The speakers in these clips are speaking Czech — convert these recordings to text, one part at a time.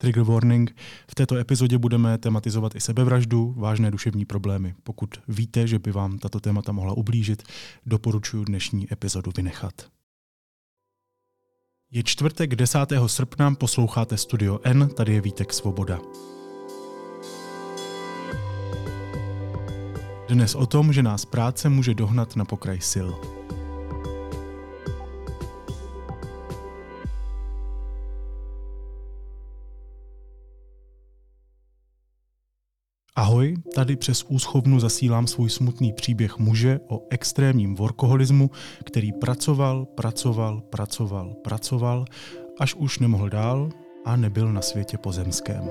Trigger warning. V této epizodě budeme tematizovat i sebevraždu, vážné duševní problémy. Pokud víte, že by vám tato témata mohla ublížit, doporučuji dnešní epizodu vynechat. Je čtvrtek 10. srpna, posloucháte Studio N, tady je Vítek Svoboda. Dnes o tom, že nás práce může dohnat na pokraj sil. Ahoj, tady přes úschovnu zasílám svůj smutný příběh muže o extrémním workoholismu, který pracoval, až už nemohl dál a nebyl na světě pozemském.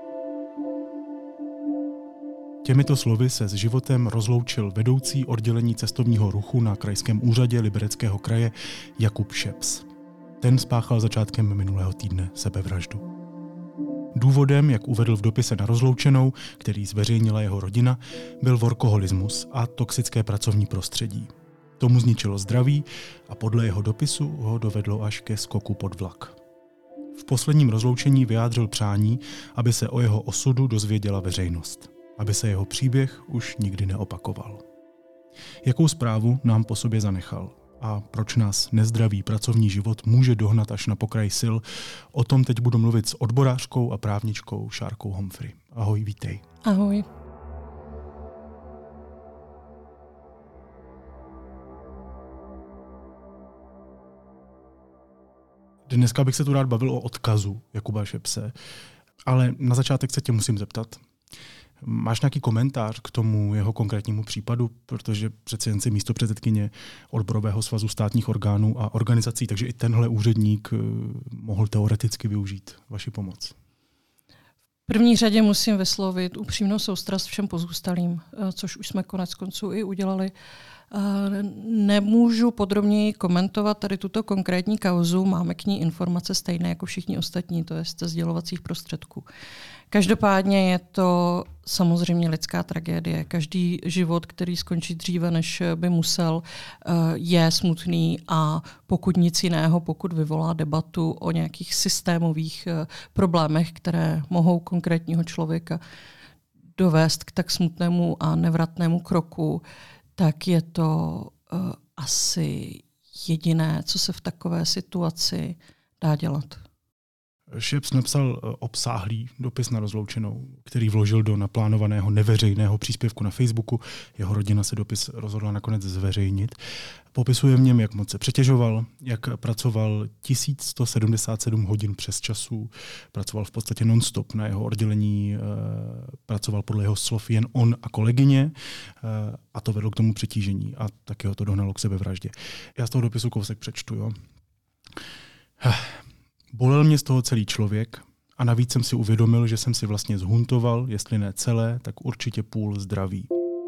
Těmito slovy se s životem rozloučil vedoucí oddělení cestovního ruchu na krajském úřadě Libereckého kraje Jakub Šeps. Ten spáchal začátkem minulého týdne sebevraždu. Důvodem, jak uvedl v dopise na rozloučenou, který zveřejnila jeho rodina, byl workoholismus a toxické pracovní prostředí. Tomu zničilo zdraví a podle jeho dopisu ho dovedlo až ke skoku pod vlak. V posledním rozloučení vyjádřil přání, aby se o jeho osudu dozvěděla veřejnost, aby se jeho příběh už nikdy neopakoval. Jakou zprávu nám po sobě zanechal? A proč nás nezdravý pracovní život může dohnat až na pokraj sil? O tom teď budu mluvit s odborářkou a právničkou Šárkou Humphrey. Ahoj, vítej. Ahoj. Dneska bych se tu rád bavil o odkazu Jakuba Šepse, ale na začátek se tě musím zeptat. Máš nějaký komentář k tomu jeho konkrétnímu případu, protože přece jen si místopředsedkyně Odborového svazu státních orgánů a organizací, takže i tenhle úředník mohl teoreticky využít vaši pomoc. V první řadě musím vyslovit upřímnou soustrast všem pozůstalým, což už jsme konec konců i udělali. Nemůžu podrobněji komentovat tady tuto konkrétní kauzu, máme k ní informace stejné jako všichni ostatní, to je ze sdělovacích prostředků. Každopádně je to samozřejmě lidská tragédie. Každý život, který skončí dříve, než by musel, je smutný a pokud nic jiného, pokud vyvolá debatu o nějakých systémových problémech, které mohou konkrétního člověka dovést k tak smutnému a nevratnému kroku, tak je to asi jediné, co se v takové situaci dá dělat. Šeps napsal obsáhlý dopis na rozloučenou, který vložil do naplánovaného neveřejného příspěvku na Facebooku. Jeho rodina se dopis rozhodla nakonec zveřejnit. Popisuje v něm, jak moc se přetěžoval, jak pracoval 1177 hodin přes časů, pracoval v podstatě non-stop na jeho oddělení, pracoval podle jeho slov jen on a kolegyně a to vedlo k tomu přetížení a taky ho to dohnalo k sebevraždě. Já z toho dopisu kousek přečtu, jo. Bolel mě z toho celý člověk a navíc jsem si uvědomil, že jsem si vlastně zhuntoval, jestli ne celé, tak určitě půl zdraví.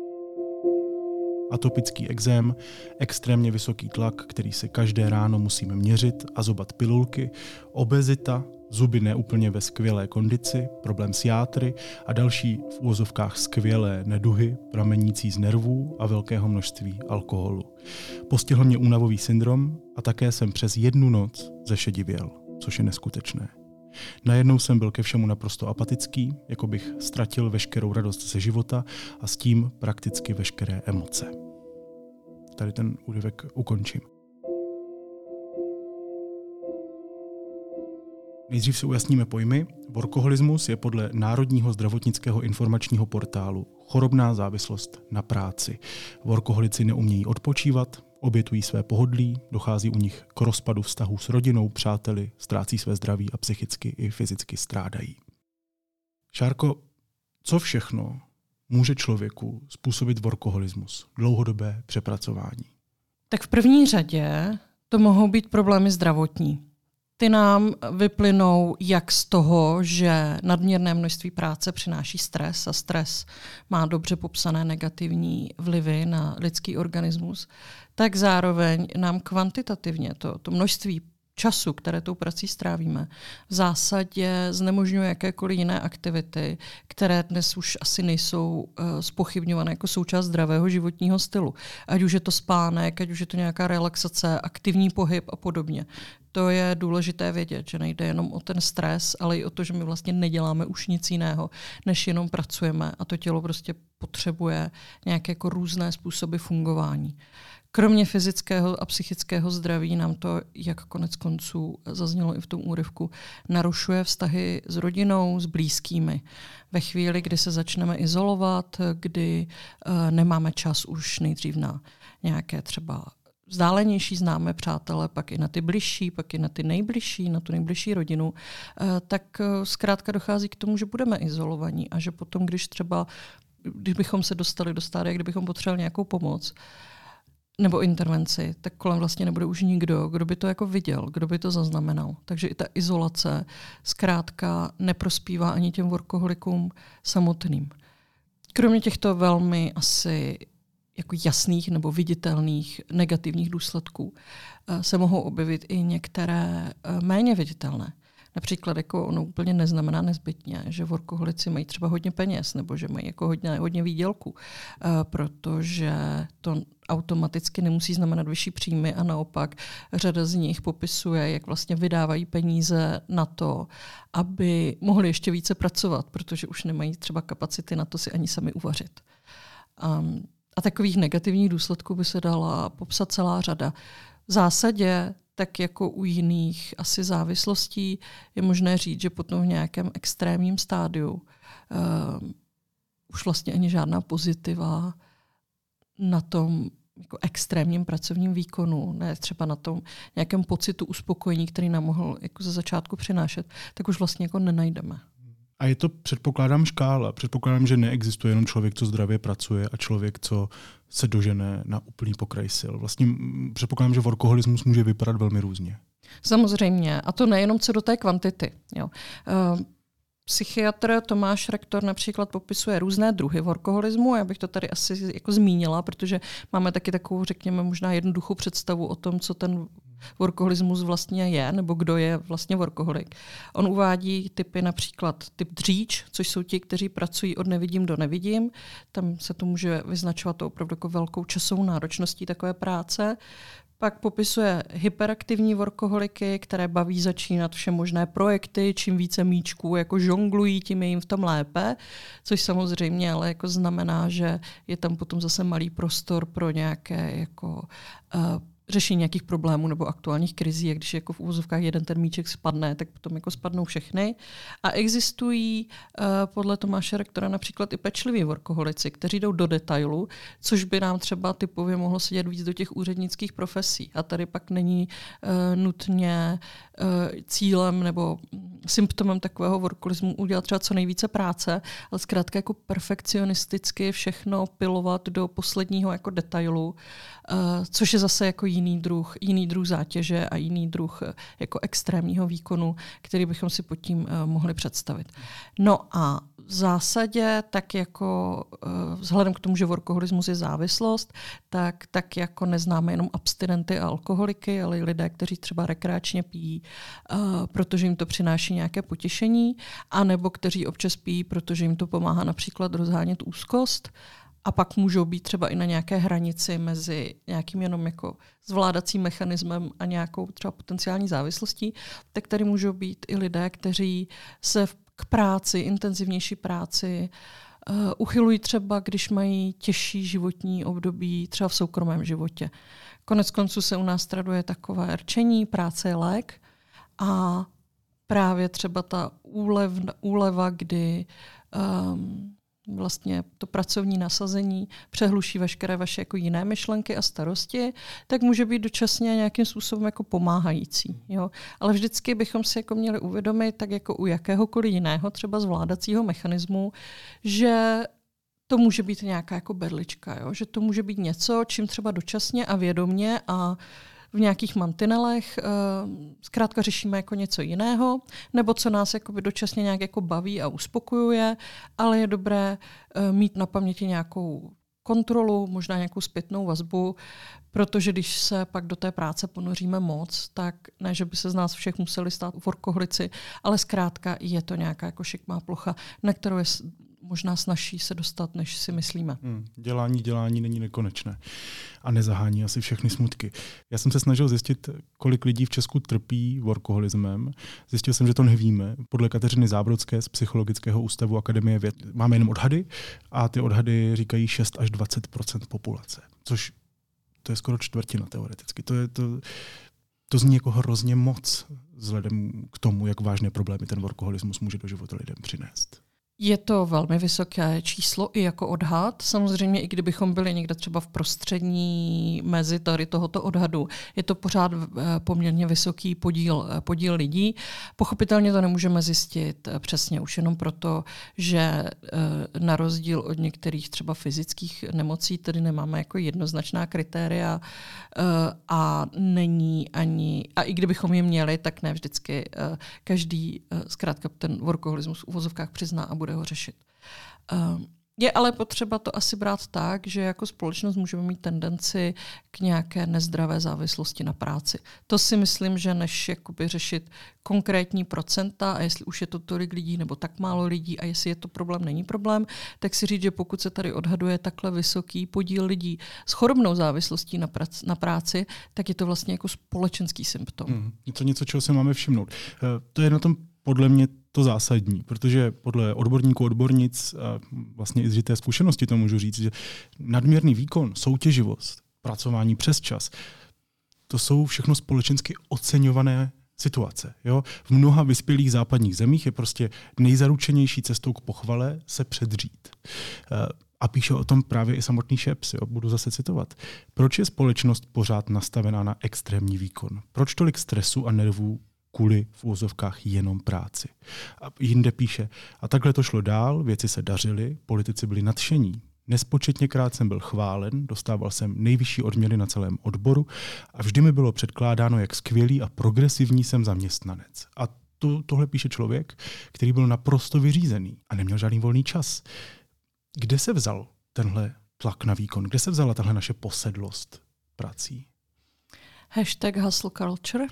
Atopický ekzém, extrémně vysoký tlak, který si každé ráno musíme měřit a zobat pilulky, obezita, zuby neúplně ve skvělé kondici, problém s játry a další v úvozovkách skvělé neduhy pramenící z nervů a velkého množství alkoholu. Postihl mě únavový syndrom a také jsem přes jednu noc zešedivěl, což je neskutečné. Najednou jsem byl ke všemu naprosto apatický, jako bych ztratil veškerou radost ze života a s tím prakticky veškeré emoce. Tady ten úryvek ukončím. Nejdřív si ujasníme pojmy. Workoholismus je podle Národního zdravotnického informačního portálu chorobná závislost na práci. Workoholici neumějí odpočívat, obětují své pohodlí, dochází u nich k rozpadu vztahů s rodinou, přáteli, ztrácí své zdraví a psychicky i fyzicky strádají. Šárko, co všechno může člověku způsobit workoholismus, dlouhodobé přepracování? Tak v první řadě to mohou být problémy zdravotní. Ty nám vyplynou jak z toho, že nadměrné množství práce přináší stres a stres má dobře popsané negativní vlivy na lidský organismus, tak zároveň nám kvantitativně to množství času, které tou prací strávíme, v zásadě znemožňuje jakékoliv jiné aktivity, které dnes už asi nejsou zpochybňované jako součást zdravého životního stylu. Ať už je to spánek, ať už je to nějaká relaxace, aktivní pohyb a podobně. To je důležité vědět, že nejde jenom o ten stres, ale i o to, že my vlastně neděláme už nic jiného, než jenom pracujeme a to tělo prostě potřebuje nějaké jako různé způsoby fungování. Kromě fyzického a psychického zdraví nám to, jak konec konců zaznělo i v tom úryvku, narušuje vztahy s rodinou, s blízkými. Ve chvíli, kdy se začneme izolovat, kdy nemáme čas už nejdřív na nějaké třeba vzdálenější známé přátelé, pak i na ty bližší, pak i na ty nejbližší, na tu nejbližší rodinu, tak zkrátka dochází k tomu, že budeme izolovaní a že potom, když bychom se dostali do stádia, kdybychom potřebovali nějakou pomoc, nebo intervenci, tak kolem vlastně nebude už nikdo, kdo by to jako viděl, kdo by to zaznamenal. Takže i ta izolace zkrátka neprospívá ani těm workoholikům samotným. Kromě těchto velmi asi jako jasných nebo viditelných negativních důsledků se mohou objevit i některé méně viditelné. Například jako ono úplně neznamená nezbytně, že workoholici mají třeba hodně peněz nebo že mají jako hodně výdělku, protože to automaticky nemusí znamenat vyšší příjmy a naopak řada z nich popisuje, jak vlastně vydávají peníze na to, aby mohli ještě více pracovat, protože už nemají třeba kapacity na to si ani sami uvařit. A takových negativních důsledků by se dala popsat celá řada. V zásadě tak jako u jiných asi závislostí je možné říct, že potom v nějakém extrémním stádiu už vlastně ani žádná pozitiva na tom jako extrémním pracovním výkonu, ne třeba na tom nějakém pocitu uspokojení, který nám mohl jako ze začátku přinášet, tak už vlastně jako nenajdeme. A je to, předpokládám, škála. Předpokládám, že neexistuje jenom člověk, co zdravě pracuje a člověk, co se dožene na úplný pokraj sil. Vlastně předpokládám, že workoholismus může vypadat velmi různě. Samozřejmě. A to nejenom co do té kvantity. Jo. Psychiatr Tomáš Rektor například popisuje různé druhy workoholismu. Já bych to tady asi jako zmínila, protože máme taky takovou, řekněme, možná jednoduchou představu o tom, co ten workoholismus vlastně je, nebo kdo je vlastně workoholik. On uvádí typy, například typ dříč, což jsou ti, kteří pracují od nevidím do nevidím. Tam se to může vyznačovat to opravdu jako velkou časovou náročností takové práce. Pak popisuje hyperaktivní workoholiky, které baví začínat vše možné projekty, čím více míčků jako žonglují, tím je jim v tom lépe, což samozřejmě ale jako znamená, že je tam potom zase malý prostor pro nějaké jako řešení nějakých problémů nebo aktuálních krizí, a když jako v úvozovkách jeden ten míček spadne, tak potom jako spadnou všechny. A existují podle Tomáše Rektora například i pečliví workoholici, kteří jdou do detailu, což by nám třeba typově mohlo sedět víc do těch úřednických profesí. A tady pak není nutně cílem nebo symptomem takového workoholismu udělat třeba co nejvíce práce, ale zkrátka jako perfekcionisticky všechno pilovat do posledního jako detailu, což je zase jako jiný druh zátěže a jiný druh jako extrémního výkonu, který bychom si pod tím mohli představit. No a v zásadě tak jako vzhledem k tomu, že workoholismus je závislost, tak jako neznáme jenom abstinenty a alkoholiky, ale i lidé, kteří třeba rekreačně pijí, protože jim to přináší nějaké potěšení, anebo kteří občas pijí, protože jim to pomáhá například rozhánět úzkost. A pak můžou být třeba i na nějaké hranici mezi nějakým jenom jako zvládacím mechanismem a nějakou třeba potenciální závislostí, tak tady můžou být i lidé, kteří se k práci, intenzivnější práci uchylují třeba, když mají těžší životní období, třeba v soukromém životě. Konec konců se u nás traduje takové rčení, práce je lék a právě třeba ta úleva, kdy vlastně to pracovní nasazení přehluší veškeré vaše jako jiné myšlenky a starosti, tak může být dočasně nějakým způsobem jako pomáhající. Jo? Ale vždycky bychom si jako měli uvědomit, tak jako u jakéhokoliv jiného třeba zvládacího mechanismu, že to může být nějaká jako berlička, jo? Že to může být něco, čím třeba dočasně a vědomně a v nějakých mantinelech zkrátka řešíme jako něco jiného, nebo co nás jakoby dočasně nějak jako baví a uspokojuje, ale je dobré mít na paměti nějakou kontrolu, možná nějakou zpětnou vazbu, protože když se pak do té práce ponoříme moc, tak ne, že by se z nás všech museli stát workoholici, ale zkrátka je to nějaká jako šikmá plocha, na kterou je možná snazší se dostat, než si myslíme. Dělání není nekonečné a nezahání asi všechny smutky. Já jsem se snažil zjistit, kolik lidí v Česku trpí workoholismem. Zjistil jsem, že to nevíme. Podle Kateřiny Zábrodské z Psychologického ústavu Akademie věd máme jenom odhady a ty odhady říkají 6 až 20% populace, což to je skoro čtvrtina teoreticky. To zní jako hrozně moc vzhledem k tomu, jak vážné problémy ten workoholismus může do života lidem přinést. Je to velmi vysoké číslo i jako odhad. Samozřejmě i kdybychom byli někde třeba v prostřední mezi tady tohoto odhadu, je to pořád poměrně vysoký podíl lidí. Pochopitelně to nemůžeme zjistit přesně už jenom proto, že na rozdíl od některých třeba fyzických nemocí tedy nemáme jako jednoznačná kritéria a není ani, a i kdybychom je měli, tak ne vždycky každý zkrátka ten workoholismus v uvozovkách přizná a bude ho řešit. Je ale potřeba to asi brát tak, že jako společnost můžeme mít tendenci k nějaké nezdravé závislosti na práci. To si myslím, že než jakoby řešit konkrétní procenta a jestli už je to tolik lidí nebo tak málo lidí a jestli je to problém, není problém, tak si říct, že pokud se tady odhaduje takhle vysoký podíl lidí s chorobnou závislostí na práci, tak je to vlastně jako společenský symptom. Je to něco, čeho se máme všimnout. To je na tom podle mě to zásadní, protože podle odborníků, odbornic a vlastně i z té zkušenosti to můžu říct, že nadměrný výkon, soutěživost, pracování přes čas, to jsou všechno společensky oceňované situace. Jo? V mnoha vyspělých západních zemích je prostě nejzaručenější cestou k pochvale se předřít. A píše o tom právě i samotný Šeps, jo? Budu zase citovat. Proč je společnost pořád nastavená na extrémní výkon? Proč tolik stresu a nervů kvůli v úvozovkách jenom práci? A jinde píše, a takhle to šlo dál, věci se dařily, politici byli nadšení. Nespočetněkrát jsem byl chválen, dostával jsem nejvyšší odměny na celém odboru a vždy mi bylo předkládáno, jak skvělý a progresivní jsem zaměstnanec. A tohle píše člověk, který byl naprosto vyřízený a neměl žádný volný čas. Kde se vzal tenhle tlak na výkon? Kde se vzala tahle naše posedlost prací? #hustle culture.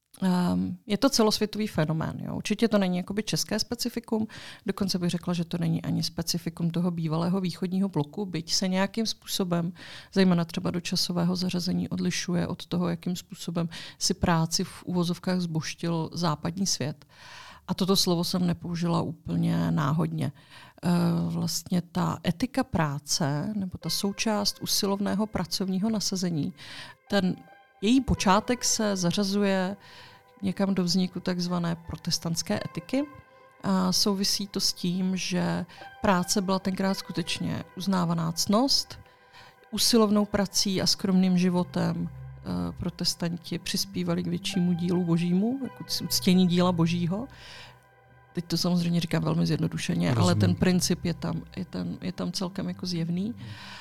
Je to celosvětový fenomén. Jo. Určitě to není jakoby české specifikum, dokonce bych řekla, že to není ani specifikum toho bývalého východního bloku, byť se nějakým způsobem, zejména třeba do časového zařazení, odlišuje od toho, jakým způsobem si práci v uvozovkách zbožtil západní svět. A toto slovo jsem nepoužila úplně náhodně. Vlastně ta etika práce, nebo ta součást usilovného pracovního nasazení, ten její počátek se zařazuje někam do vzniku takzvané protestantské etiky. A souvisí to s tím, že práce byla tenkrát skutečně uznávaná ctnost. Usilovnou prací a skromným životem protestanti přispívali k většímu dílu božímu, jako uctění díla božího. Teď to samozřejmě říkám velmi zjednodušeně, rozumím. Ale ten princip je tam celkem jako zjevný.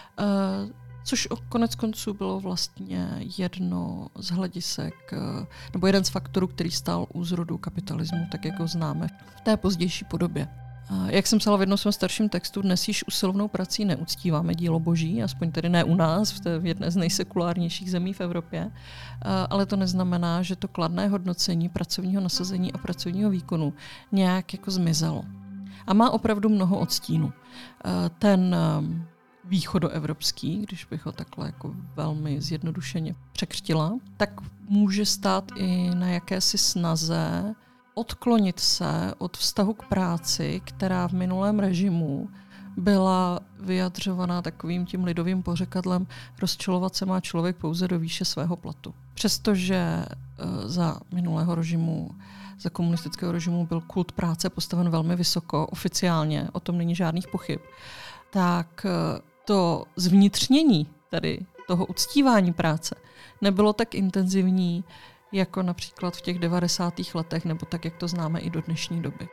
Což konec konců bylo vlastně jedno z hledisek, nebo jeden z faktorů, který stál u zrodu kapitalismu, tak jak ho známe v té pozdější podobě. Jak jsem psala v jednom svém starším textu, dnes již usilovnou prací neuctíváme dílo boží, aspoň tedy ne u nás, v jedné z nejsekulárnějších zemí v Evropě, ale to neznamená, že to kladné hodnocení pracovního nasazení a pracovního výkonu nějak jako zmizelo. A má opravdu mnoho odstínů. Ten východoevropský, když bych ho takhle jako velmi zjednodušeně překřtila, tak může stát i na jakési snaze odklonit se od vztahu k práci, která v minulém režimu byla vyjadřovaná takovým tím lidovým pořekadlem rozčilovat se má člověk pouze do výše svého platu. Přestože za minulého režimu, za komunistického režimu byl kult práce postaven velmi vysoko, oficiálně, o tom není žádných pochyb, tak to zvnitřnění tady toho uctívání práce nebylo tak intenzivní, jako například v těch 90. letech, nebo tak, jak to známe i do dnešní doby.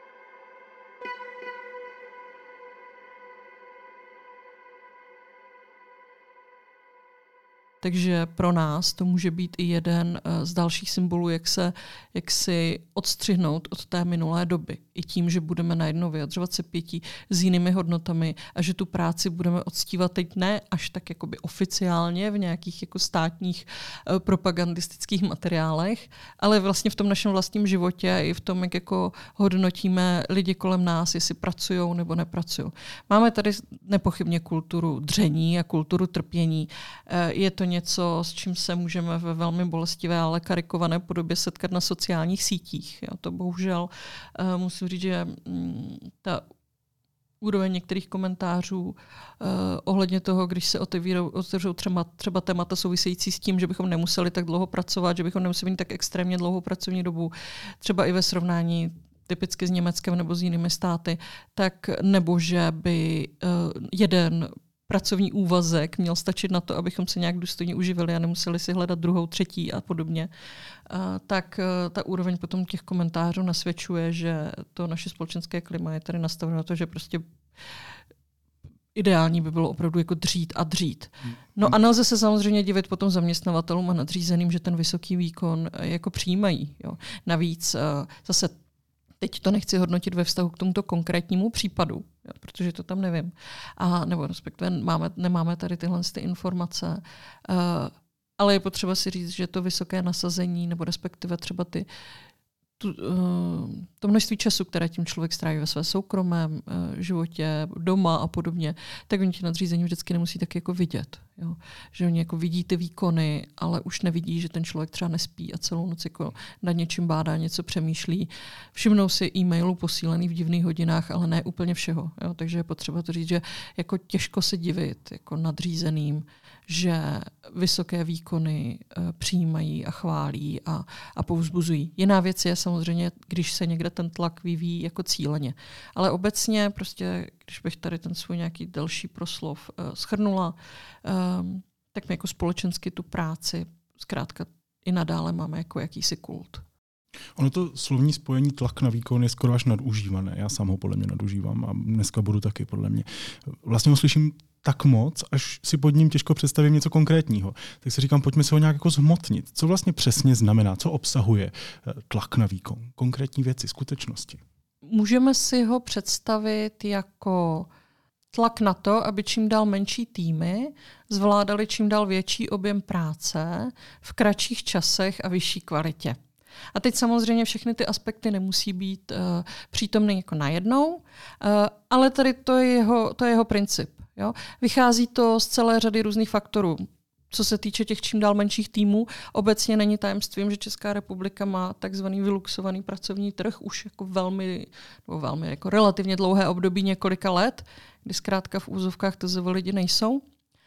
Takže pro nás to může být i jeden z dalších symbolů, jak si odstřihnout od té minulé doby. I tím, že budeme najednou vyjadřovat sepětí s jinými hodnotami a že tu práci budeme odstívat teď ne až tak jakoby oficiálně v nějakých jako státních propagandistických materiálech, ale vlastně v tom našem vlastním životě i v tom, jak jako hodnotíme lidi kolem nás, jestli pracují nebo nepracují. Máme tady nepochybně kulturu dření a kulturu trpění. Je to něco, s čím se můžeme ve velmi bolestivé, ale karikované podobě setkat na sociálních sítích. Jo, to bohužel musím říct, že ta úroveň některých komentářů ohledně toho, když se otevřou třeba témata související s tím, že bychom nemuseli tak dlouho pracovat, že bychom nemuseli mít tak extrémně dlouhou pracovní dobu, třeba i ve srovnání typicky s Německem nebo s jinými státy, tak nebo že by jeden pracovní úvazek měl stačit na to, abychom se nějak důstojně uživili a nemuseli si hledat druhou, třetí a podobně, tak ta úroveň potom těch komentářů nasvědčuje, že to naše společenské klima je tady nastaveno na to, že prostě ideální by bylo opravdu jako dřít a dřít. No a nelze se samozřejmě divit potom zaměstnavatelům a nadřízeným, že ten vysoký výkon jako přijímají. Jo. Navíc zase teď to nechci hodnotit ve vztahu k tomuto konkrétnímu případu, jo, protože to tam nevím. Nebo respektive nemáme tady tyhle informace. Ale je potřeba si říct, že to vysoké nasazení, nebo respektive třeba to množství času, které tím člověk stráví ve své soukromém životě, doma a podobně, tak oni ti nadřízení vždycky nemusí tak jako vidět. Jo? Že oni jako vidí ty výkony, ale už nevidí, že ten člověk třeba nespí a celou noc jako nad něčím bádá, něco přemýšlí. Všimnou si e-mailů posílený v divných hodinách, ale ne úplně všeho. Jo? Takže je potřeba to říct, že jako těžko se divit jako nadřízeným, že vysoké výkony přijímají a chválí a povzbuzují. Jiná věc je samozřejmě, když se někde ten tlak vyvíjí jako cíleně. Ale obecně prostě, když bych tady ten svůj nějaký delší proslov shrnula, tak my jako společensky tu práci zkrátka i nadále máme jako jakýsi kult. Ono to slovní spojení tlak na výkon je skoro až nadužívané. Já sám ho podle mě nadužívám a dneska budu taky podle mě. Vlastně ho slyším tak moc, až si pod ním těžko představím něco konkrétního. Tak si říkám, pojďme se ho nějak jako zhmotnit. Co vlastně přesně znamená, co obsahuje tlak na výkon? Konkrétní věci, skutečnosti. Můžeme si ho představit jako tlak na to, aby čím dál menší týmy zvládali čím dál větší objem práce v kratších časech a vyšší kvalitě. A teď samozřejmě všechny ty aspekty nemusí být přítomny jako najednou, ale tady to je jeho princip. Jo? Vychází to z celé řady různých faktorů. Co se týče těch čím dál menších týmů, obecně není tajemstvím, že Česká republika má takzvaný vyluxovaný pracovní trh už jako velmi jako relativně dlouhé období několika let, kdy zkrátka v úzovkách TZV lidi nejsou.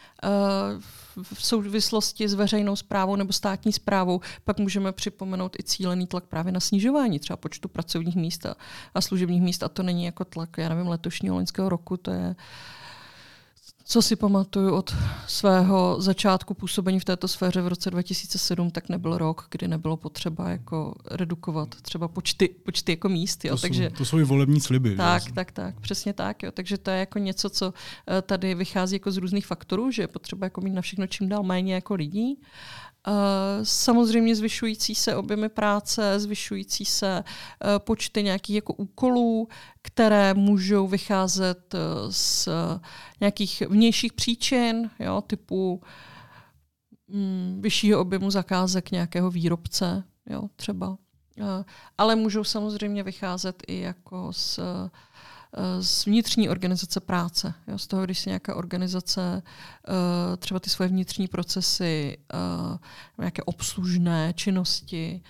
V souvislosti s veřejnou správou nebo státní správou pak můžeme připomenout i cílený tlak právě na snižování třeba počtu pracovních míst a služebních míst. A to není jako tlak, já nevím, letošního loňského roku, to je, co si pamatuju od svého začátku působení v této sféře v roce 2007, tak nebyl rok, kdy nebylo potřeba jako redukovat třeba počty jako míst. Jo. To jsou i volební sliby. Tak, přesně tak. Jo. Takže to je jako něco, co tady vychází jako z různých faktorů, že je potřeba jako mít na všechno čím dál méně jako lidí. Samozřejmě zvyšující se objemy práce, zvyšující se počty nějakých jako úkolů, které můžou vycházet z nějakých vnějších příčin, jo, typu vyššího objemu zakázek nějakého výrobce, jo, třeba. Ale můžou samozřejmě vycházet i jako z vnitřní organizace práce. Jo? Z toho, když si nějaká organizace třeba ty svoje vnitřní procesy, nějaké obslužné činnosti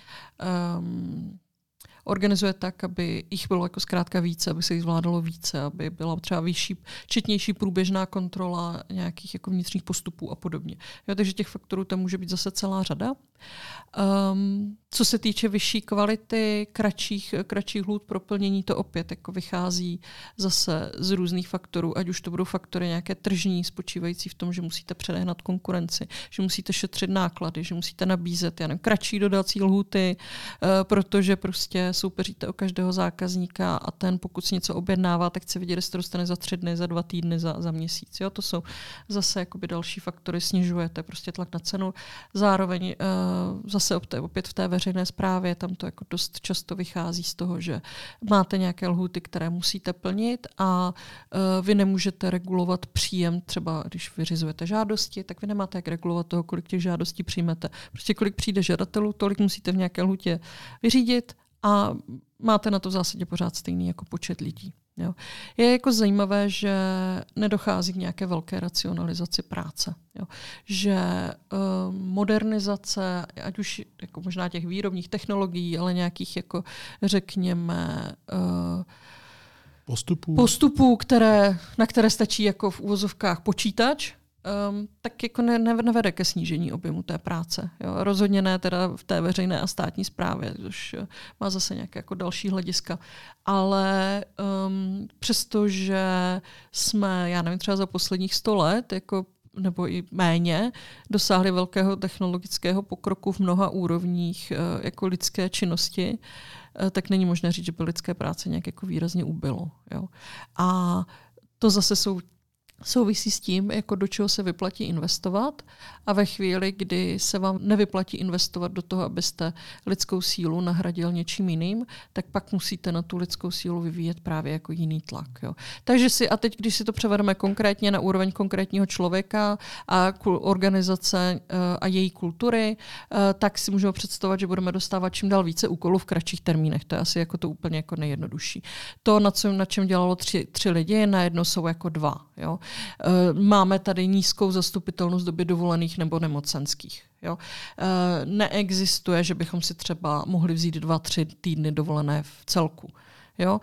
organizuje tak, aby jich bylo jako zkrátka více, aby se jich zvládalo více, aby byla třeba vyšší, četnější průběžná kontrola nějakých jako vnitřních postupů a podobně. Jo, takže těch faktorů tam může být zase celá řada. Co se týče vyšší kvality, kratších lhůt pro plnění, to opět jako vychází zase z různých faktorů, ať už to budou faktory nějaké tržní, spočívající v tom, že musíte předehnat konkurenci, že musíte šetřit náklady, že musíte nabízet kratší dodací lhůty, protože prostě soupeříte o každého zákazníka a ten, pokud si něco objednává, tak chce vidět, jestli to dostane za 3 dny, za 2 týdny, za měsíc. Jo? To jsou zase jakoby další faktory, snižujete prostě tlak na cenu. Zároveň zase opět v té veřejné správě tam to jako dost často vychází z toho, že máte nějaké lhůty, které musíte plnit a vy nemůžete regulovat příjem, třeba když vyřizujete žádosti, tak vy nemáte jak regulovat toho, kolik těch žádostí přijmete. Prostě kolik přijde žadatelů, tolik musíte v nějaké lhůtě vyřídit a máte na to v zásadě pořád stejný jako počet lidí. Jo. Je jako zajímavé, že nedochází k nějaké velké racionalizaci práce. Jo. Že modernizace, ať už jako možná těch výrobních technologií, ale nějakých jako řekněme postupů, na které stačí jako v uvozovkách počítač, tak jako nevede ke snížení objemu té práce. Jo. Rozhodně ne teda v té veřejné a státní správě, což má zase nějaké jako další hlediska. Ale přestože jsme, já nevím, třeba za posledních 100 let, jako, nebo i méně, dosáhli velkého technologického pokroku v mnoha úrovních jako lidské činnosti, tak není možné říct, že by lidské práce nějak jako výrazně ubylo. Jo. A to zase souvisí s tím, jako do čeho se vyplatí investovat a ve chvíli, kdy se vám nevyplatí investovat do toho, abyste lidskou sílu nahradil něčím jiným, tak pak musíte na tu lidskou sílu vyvíjet právě jako jiný tlak. Jo. Takže a teď, když si to převedeme konkrétně na úroveň konkrétního člověka a organizace a její kultury, tak si můžeme představovat, že budeme dostávat čím dál více úkolů v kratších termínech. To je asi jako to úplně jako nejjednodušší. To, na čem dělalo 3 lidi, najednou jsou jako 2. Jo. Máme tady nízkou zastupitelnost doby dovolených nebo nemocenských. Jo. Neexistuje, že bychom si třeba mohli vzít 2-3 týdny dovolené v celku. Jo.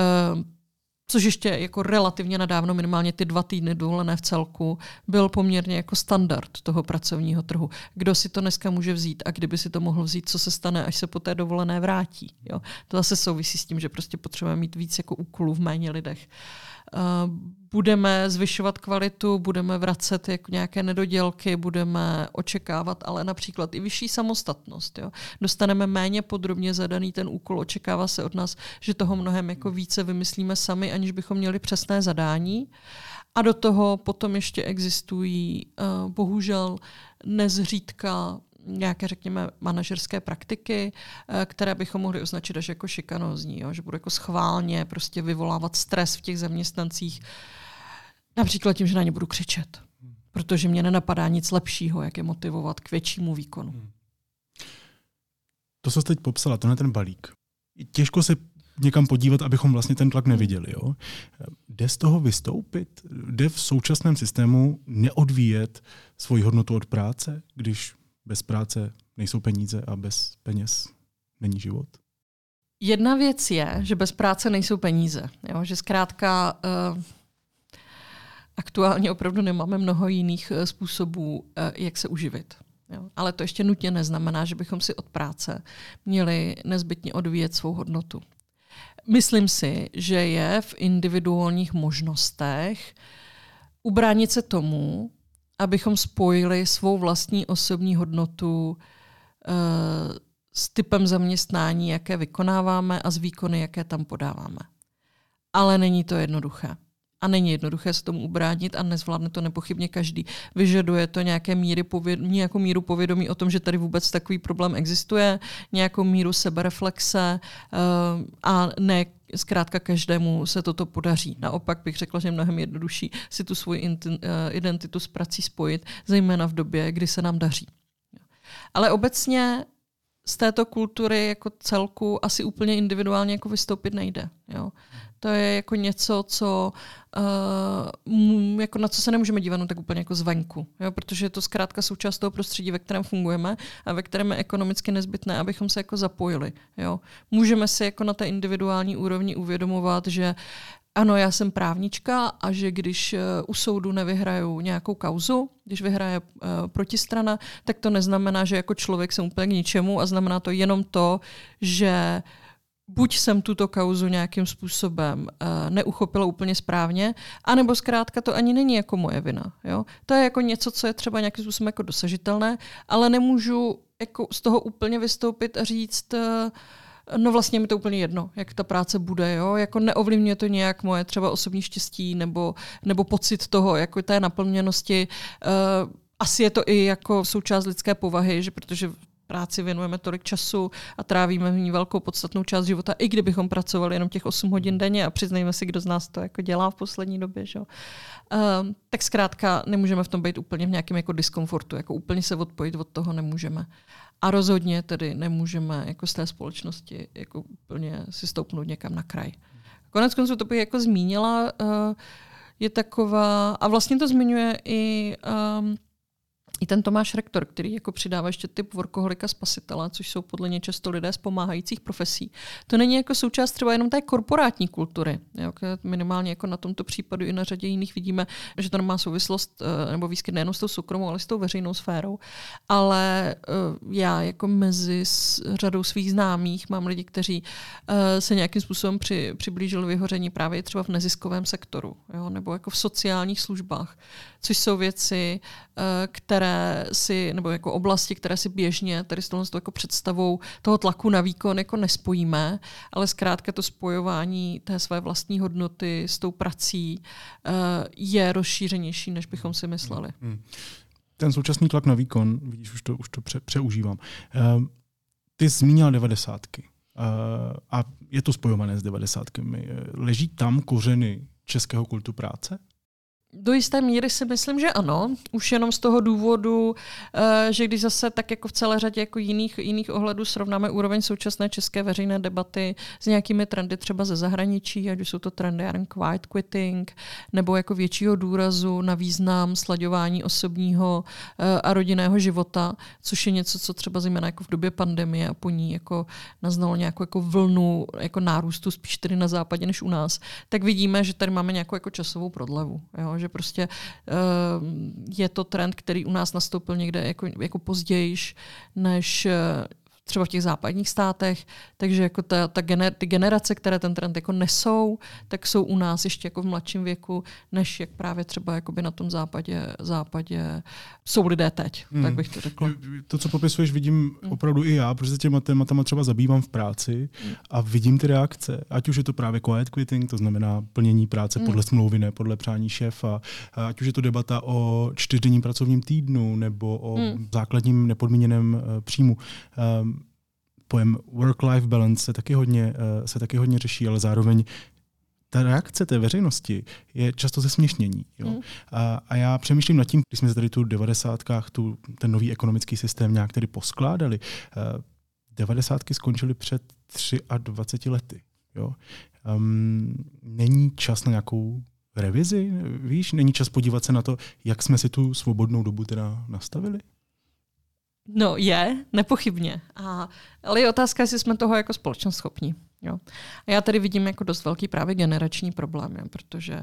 Což ještě jako relativně nedávno, minimálně ty 2 týdny dovolené v celku, byl poměrně jako standard toho pracovního trhu. Kdo si to dneska může vzít a kdyby si to mohl vzít, co se stane, až se po té dovolené vrátí. Jo. To zase souvisí s tím, že prostě potřebujeme mít víc jako úkolů v méně lidech. Budeme zvyšovat kvalitu, budeme vracet jako nějaké nedodělky, budeme očekávat ale například i vyšší samostatnost. Jo. Dostaneme méně podrobně zadaný ten úkol, očekává se od nás, že toho mnohem jako více vymyslíme sami, aniž bychom měli přesné zadání. A do toho potom ještě existují bohužel nezřídka nějaké, řekněme, manažerské praktiky, které bychom mohli označit až jako šikanózní, jo? Že budou jako schválně prostě vyvolávat stres v těch zaměstnancích, například tím, že na ně budu křičet, protože mě nenapadá nic lepšího, jak je motivovat k většímu výkonu. To, co jsi teď popsala, to je ten balík. Těžko se někam podívat, abychom vlastně ten tlak neviděli. Jo? Jde z toho vystoupit? Jde v současném systému neodvíjet svoji hodnotu od práce, když bez práce nejsou peníze a bez peněz není život? Jedna věc je, že bez práce nejsou peníze. Jo? Že zkrátka aktuálně opravdu nemáme mnoho jiných způsobů, jak se uživit. Jo? Ale to ještě nutně neznamená, že bychom si od práce měli nezbytně odvíjet svou hodnotu. Myslím si, že je v individuálních možnostech ubránit se tomu, abychom spojili svou vlastní osobní hodnotu s typem zaměstnání, jaké vykonáváme a s výkony, jaké tam podáváme. Ale není to jednoduché. A není jednoduché se tomu ubránit a nezvládne to nepochybně každý. Vyžaduje to nějakou míru povědomí o tom, že tady vůbec takový problém existuje, nějakou míru sebereflexe a ne zkrátka každému se toto podaří. Naopak bych řekla, že je mnohem jednodušší si tu svoji identitu s prací spojit, zejména v době, kdy se nám daří. Ale obecně z této kultury jako celku asi úplně individuálně jako vystoupit nejde. Jo. To je jako něco, co, jako na co se nemůžeme dívat tak úplně jako zvenku. Jo, protože je to zkrátka součást toho prostředí, ve kterém fungujeme a ve kterém je ekonomicky nezbytné, abychom se jako zapojili. Jo. Můžeme si jako na té individuální úrovni uvědomovat, že ano, já jsem právnička a že když u soudu nevyhraju nějakou kauzu, když vyhraje protistrana, tak to neznamená, že jako člověk jsem úplně k ničemu a znamená to jenom to, že buď jsem tuto kauzu nějakým způsobem neuchopila úplně správně, anebo zkrátka to ani není jako moje vina. Jo? To je jako něco, co je třeba nějakým způsobem jako dosažitelné, ale nemůžu jako z toho úplně vystoupit a říct, no vlastně mi to úplně jedno, jak ta práce bude. Jo? Jako neovlivňuje to nějak moje třeba osobní štěstí nebo pocit toho, jako té naplněnosti. Asi je to i jako součást lidské povahy, že protože práci věnujeme tolik času a trávíme v ní velkou podstatnou část života, i kdybychom pracovali jenom těch 8 hodin denně a přiznejme si, kdo z nás to jako dělá v poslední době. Že? Tak zkrátka nemůžeme v tom být úplně v nějakém jako diskomfortu, jako úplně se odpojit od toho nemůžeme. A rozhodně tedy nemůžeme jako z té společnosti jako úplně si stoupnout někam na kraj. Konec konců to bych jako zmínila, je taková, a vlastně to zmiňuje i ten Tomáš Rektor, který jako přidává ještě typ workoholika spasitele, což jsou podle něj často lidé z pomáhajících profesí. To není jako součást třeba jenom té korporátní kultury. Jo? Minimálně jako na tomto případu i na řadě jiných vidíme, že to nemá souvislost nebo výskyt nejenom s tou soukromou, ale s tou veřejnou sférou. Ale já jako mezi řadou svých známých mám lidi, kteří se nějakým způsobem přiblížili vyhoření právě třeba v neziskovém sektoru, jo? Nebo jako v sociálních službách, což jsou věci, které si, nebo jako oblasti, které si běžně tady s tohle jako představou toho tlaku na výkon jako nespojíme, ale zkrátka to spojování té své vlastní hodnoty s tou prací je rozšířenější, než bychom si mysleli. Ten současný tlak na výkon, vidíš, už to přeužívám. Ty zmínila 90. A je to spojované s 90. Leží tam kořeny českého kultu práce? Do jisté míry si myslím, že ano. Už jenom z toho důvodu, že když zase tak jako v celé řadě jako jiných ohledů srovnáme úroveň současné české veřejné debaty s nějakými trendy třeba ze zahraničí, ať už jsou to trendy quiet quitting, nebo jako většího důrazu na význam slaďování osobního a rodinného života, což je něco, co třeba zejména jako v době pandemie a po ní jako naznalo nějakou jako vlnu jako nárůstu spíš tedy na západě než u nás, tak vidíme, že tady máme nějakou jako časovou prodlevu. Jo? Že prostě je to trend, který u nás nastoupil někde jako pozdějiš než třeba v těch západních státech, takže jako ty generace, které ten trend jako nesou, tak jsou u nás ještě jako v mladším věku, než jak právě třeba jakoby na tom západě jsou lidé teď, tak bych to řekla. To, co popisuješ, vidím opravdu i já, protože se těma tématama třeba zabývám v práci a vidím ty reakce. Ať už je to právě quiet quitting, to znamená plnění práce podle smlouvy, ne podle přání šéfa, ať už je to debata o 4denním pracovním týdnu nebo o základním nepodmíněném příjmu. Pojem work-life balance se taky hodně řeší, ale zároveň ta reakce té veřejnosti je často zesměšnění. Jo? A já přemýšlím nad tím, když jsme se tady tu 90kách ten nový ekonomický systém nějak tedy poskládali. 90ky skončily před 23 lety. Jo? Není čas na nějakou revizi? Víš, není čas podívat se na to, jak jsme si tu svobodnou dobu teda nastavili? No je, nepochybně. Ale je otázka, jestli jsme toho jako společnost schopní. Jo. A já tady vidím jako dost velký právě generační problém, jo, protože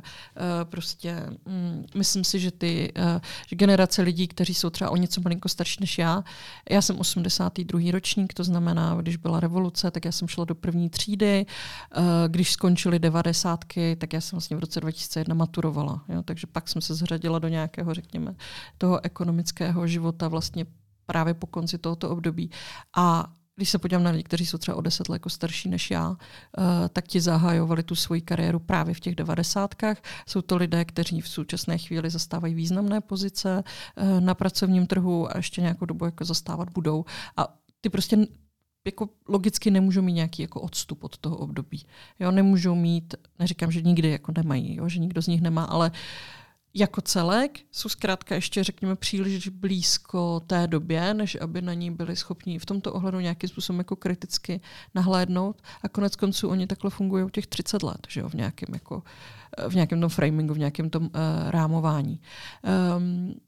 myslím si, že že generace lidí, kteří jsou třeba o něco malinko starší než já jsem 82. ročník, to znamená, když byla revoluce, tak já jsem šla do první třídy, když skončily 90ky, tak já jsem vlastně v roce 2001 maturovala. Jo, takže pak jsem se zřadila do nějakého, řekněme, toho ekonomického života vlastně právě po konci tohoto období. A když se podívám na lidi, kteří jsou třeba o 10 let jako starší než já, tak ti zahajovali tu svoji kariéru právě v těch 90kách. Jsou to lidé, kteří v současné chvíli zastávají významné pozice na pracovním trhu a ještě nějakou dobu jako zastávat budou. A ty prostě jako logicky nemůžou mít nějaký jako odstup od toho období. Jo, nemůžou mít, neříkám, že nikdy jako nemají, jo, že nikdo z nich nemá, ale jako celek jsou zkrátka ještě, řekněme, příliš blízko té době, než aby na ní byli schopni v tomto ohledu nějakým způsobem jako kriticky nahlédnout. A konec konců oni takhle fungují těch 30 let, že jo, v nějakém tom framingu, v nějakém tom rámování.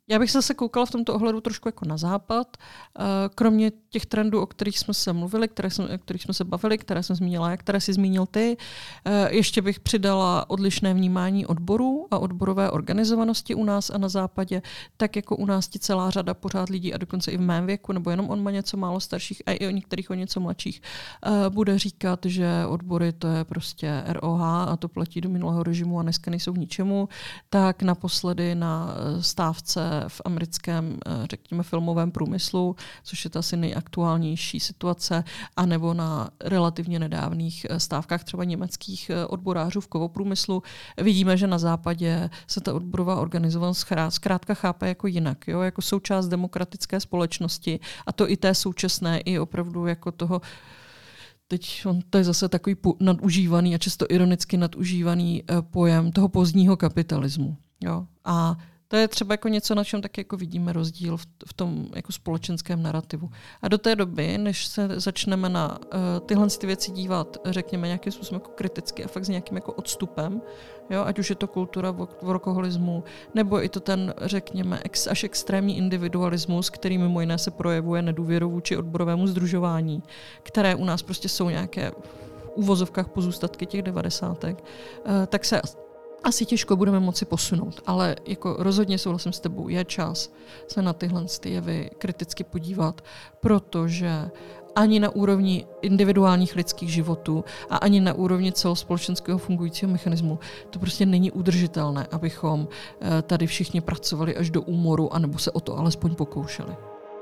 Já bych zase koukala v tomto ohledu trošku jako na západ. Kromě těch trendů, o kterých jsme se mluvili, o kterých jsme se bavili, které jsem zmínila, které si zmínil ty, ještě bych přidala odlišné vnímání odborů a odborové organizovanosti u nás a na západě, tak jako u nás ti celá řada pořád lidí a dokonce i v mém věku, nebo jenom on má něco málo starších a i o některých o něco mladších, bude říkat, že odbory to je prostě ROH a to platí do minulého režimu a dneska nejsou k ničemu, tak naposledy na stávce v americkém, řekněme, filmovém průmyslu, což je to asi nejaktuálnější situace, anebo na relativně nedávných stávkách třeba německých odborářů v kovoprůmyslu. Vidíme, že na západě se ta odborová organizovanost zkrátka chápe jako jinak, jo? Jako součást demokratické společnosti a to i té současné, i opravdu jako toho. Teď to je zase takový nadužívaný a často ironicky nadužívaný pojem toho pozdního kapitalismu. Jo? A to je třeba jako něco, na čem taky jako vidíme rozdíl v tom jako společenském narrativu. A do té doby, než se začneme na tyhle ty věci dívat, řekněme, nějakým způsobem jako kriticky a fakt s nějakým jako odstupem, jo, ať už je to kultura workoholismu, nebo i to ten, řekněme, až extrémní individualismus, který mimo jiné se projevuje nedůvěrou vůči odborovému sdružování, které u nás prostě jsou nějaké v uvozovkách pozůstatky těch 90. Tak se asi těžko budeme moci posunout, ale jako rozhodně souhlasím s tebou, je čas se na tyhle jevy kriticky podívat, protože ani na úrovni individuálních lidských životů a ani na úrovni celospolečenského fungujícího mechanismu to prostě není udržitelné, abychom tady všichni pracovali až do úmoru, anebo se o to alespoň pokoušeli.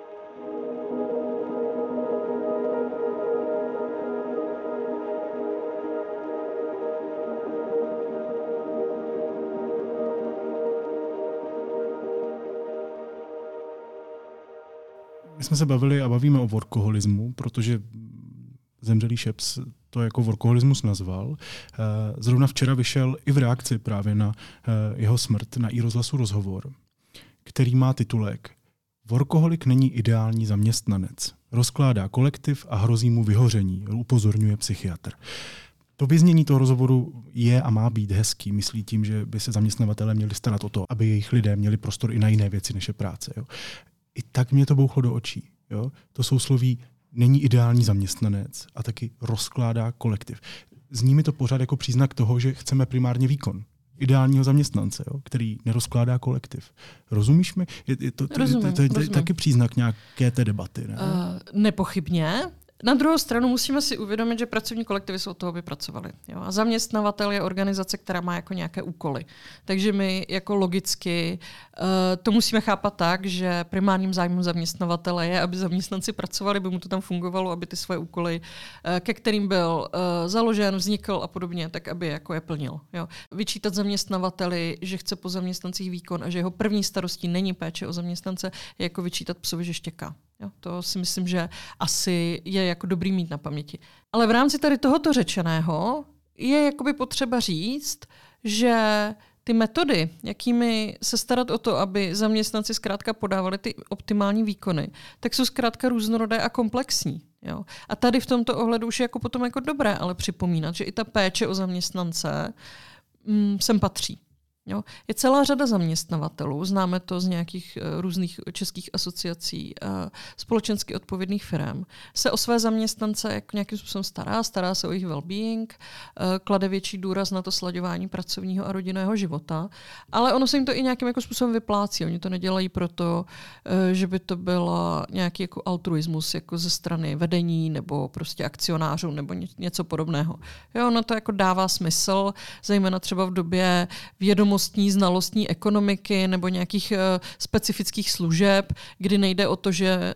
My jsme se bavili a bavíme o workoholismu, protože zemřelý Šeps to jako workoholismus nazval. Zrovna včera vyšel i v reakci právě na jeho smrt na iRozhlasu rozhovor, který má titulek Workoholik není ideální zaměstnanec. Rozkládá kolektiv a hrozí mu vyhoření, upozorňuje psychiatr. To vyznění toho rozhovoru je a má být hezký. Myslí tím, že by se zaměstnavatelé měli starat o to, aby jejich lidé měli prostor i na jiné věci, než je práce. Jo. I tak mě to bouchlo do očí. Jo? To sousloví není ideální zaměstnanec a taky rozkládá kolektiv. Zní mi to pořád jako příznak toho, že chceme primárně výkon ideálního zaměstnance, jo? Který nerozkládá kolektiv. Rozumíš mi? To je taky příznak nějaké té debaty. Ne? Nepochybně. Na druhou stranu musíme si uvědomit, že pracovní kolektivy jsou od toho, aby pracovali. Jo? A zaměstnavatel je organizace, která má jako nějaké úkoly. Takže my jako logicky to musíme chápat tak, že primárním zájmem zaměstnavatele je, aby zaměstnanci pracovali, aby mu to tam fungovalo, aby ty svoje úkoly, ke kterým byl založen, vznikl a podobně, tak aby jako je plnil. Jo? Vyčítat zaměstnavateli, že chce po zaměstnancích výkon a že jeho první starostí není péče o zaměstnance, je jako vyčítat psovi, že štěká. Jo, to si myslím, že asi je jako dobrý mít na paměti. Ale v rámci tady tohoto řečeného je jakoby potřeba říct, že ty metody, jakými se starat o to, aby zaměstnanci zkrátka podávali ty optimální výkony, tak jsou zkrátka různorodé a komplexní. Jo. A tady v tomto ohledu už je jako potom jako dobré, ale připomínat, že i ta péče o zaměstnance sem patří. Jo. Je celá řada zaměstnavatelů, známe to z nějakých různých českých asociací společensky odpovědných firm, se o své zaměstnance jako nějakým způsobem stará se o jejich well-being, klade větší důraz na to slaďování pracovního a rodinného života, ale ono se jim to i nějakým jako způsobem vyplácí. Oni to nedělají proto, že by to byl nějaký jako altruismus jako ze strany vedení nebo prostě akcionářů nebo něco podobného. Jo, ono to jako dává smysl, zejména třeba v době vědomostní, znalostní ekonomiky nebo nějakých specifických služeb, kdy nejde o to, že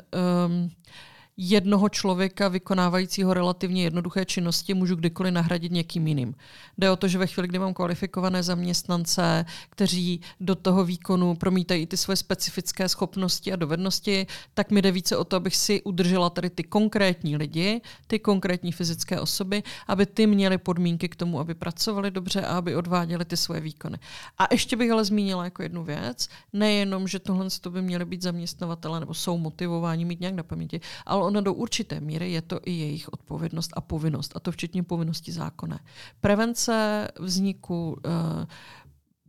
jednoho člověka vykonávajícího relativně jednoduché činnosti můžu kdykoliv nahradit někým jiným. Jde o to, že ve chvíli, kdy mám kvalifikované zaměstnance, kteří do toho výkonu promítají ty svoje specifické schopnosti a dovednosti, tak mi jde více o to, abych si udržela tady ty konkrétní lidi, ty konkrétní fyzické osoby, aby ty měly podmínky k tomu, aby pracovali dobře a aby odváděli ty svoje výkony. A ještě bych ale zmínila jako jednu věc, nejenom, že tohle by měly být zaměstnavatele nebo jsou motivováni mít nějak na paměti, ale ona do určité míry je to i jejich odpovědnost a povinnost, a to včetně povinnosti zákonné. Prevence vzniku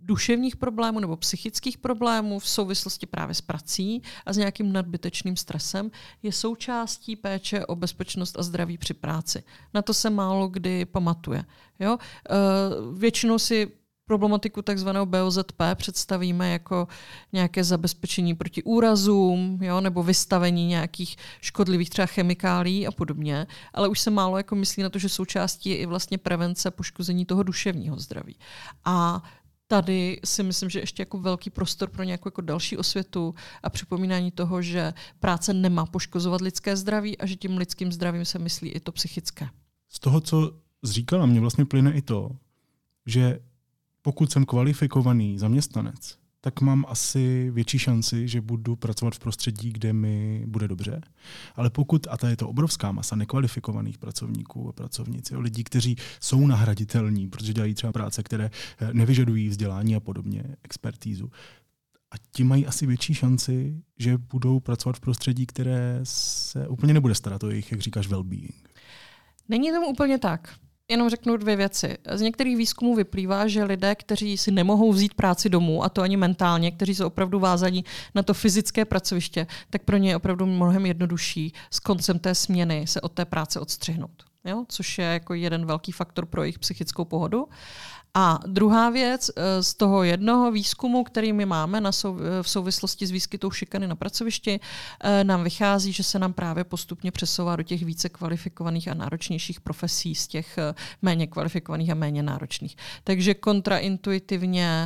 duševních problémů nebo psychických problémů v souvislosti právě s prací a s nějakým nadbytečným stresem je součástí péče o bezpečnost a zdraví při práci. Na to se málo kdy pamatuje. Jo? Většinou si problematiku takzvaného BOZP představíme jako nějaké zabezpečení proti úrazům, jo, nebo vystavení nějakých škodlivých třeba chemikálií a podobně, ale už se málo jako myslí na to, že součástí je i vlastně prevence poškození toho duševního zdraví. A tady si myslím, že ještě jako velký prostor pro nějakou jako další osvětu a připomínání toho, že práce nemá poškozovat lidské zdraví a že tím lidským zdravím se myslí i to psychické. Z toho, co říkala, mě vlastně plyne i to, že pokud jsem kvalifikovaný zaměstnanec, tak mám asi větší šanci, že budu pracovat v prostředí, kde mi bude dobře. Ale pokud, a to je to obrovská masa nekvalifikovaných pracovníků a pracovnic, lidí, kteří jsou nahraditelní, protože dělají třeba práce, které nevyžadují vzdělání a podobně, expertízu. A ti mají asi větší šanci, že budou pracovat v prostředí, které se úplně nebude starat o jejich, jak říkáš, well-being. Není tomu úplně tak. Jenom řeknu 2 věci. Z některých výzkumů vyplývá, že lidé, kteří si nemohou vzít práci domů, a to ani mentálně, kteří jsou opravdu vázaní na to fyzické pracoviště, tak pro ně je opravdu mnohem jednodušší s koncem té směny se od té práce odstřihnout. Jo? Což je jako jeden velký faktor pro jejich psychickou pohodu. A druhá věc, z toho jednoho výzkumu, který my máme v souvislosti s výskytou šikany na pracovišti, nám vychází, že se nám právě postupně přesouvá do těch více kvalifikovaných a náročnějších profesí z těch méně kvalifikovaných a méně náročných. Takže kontraintuitivně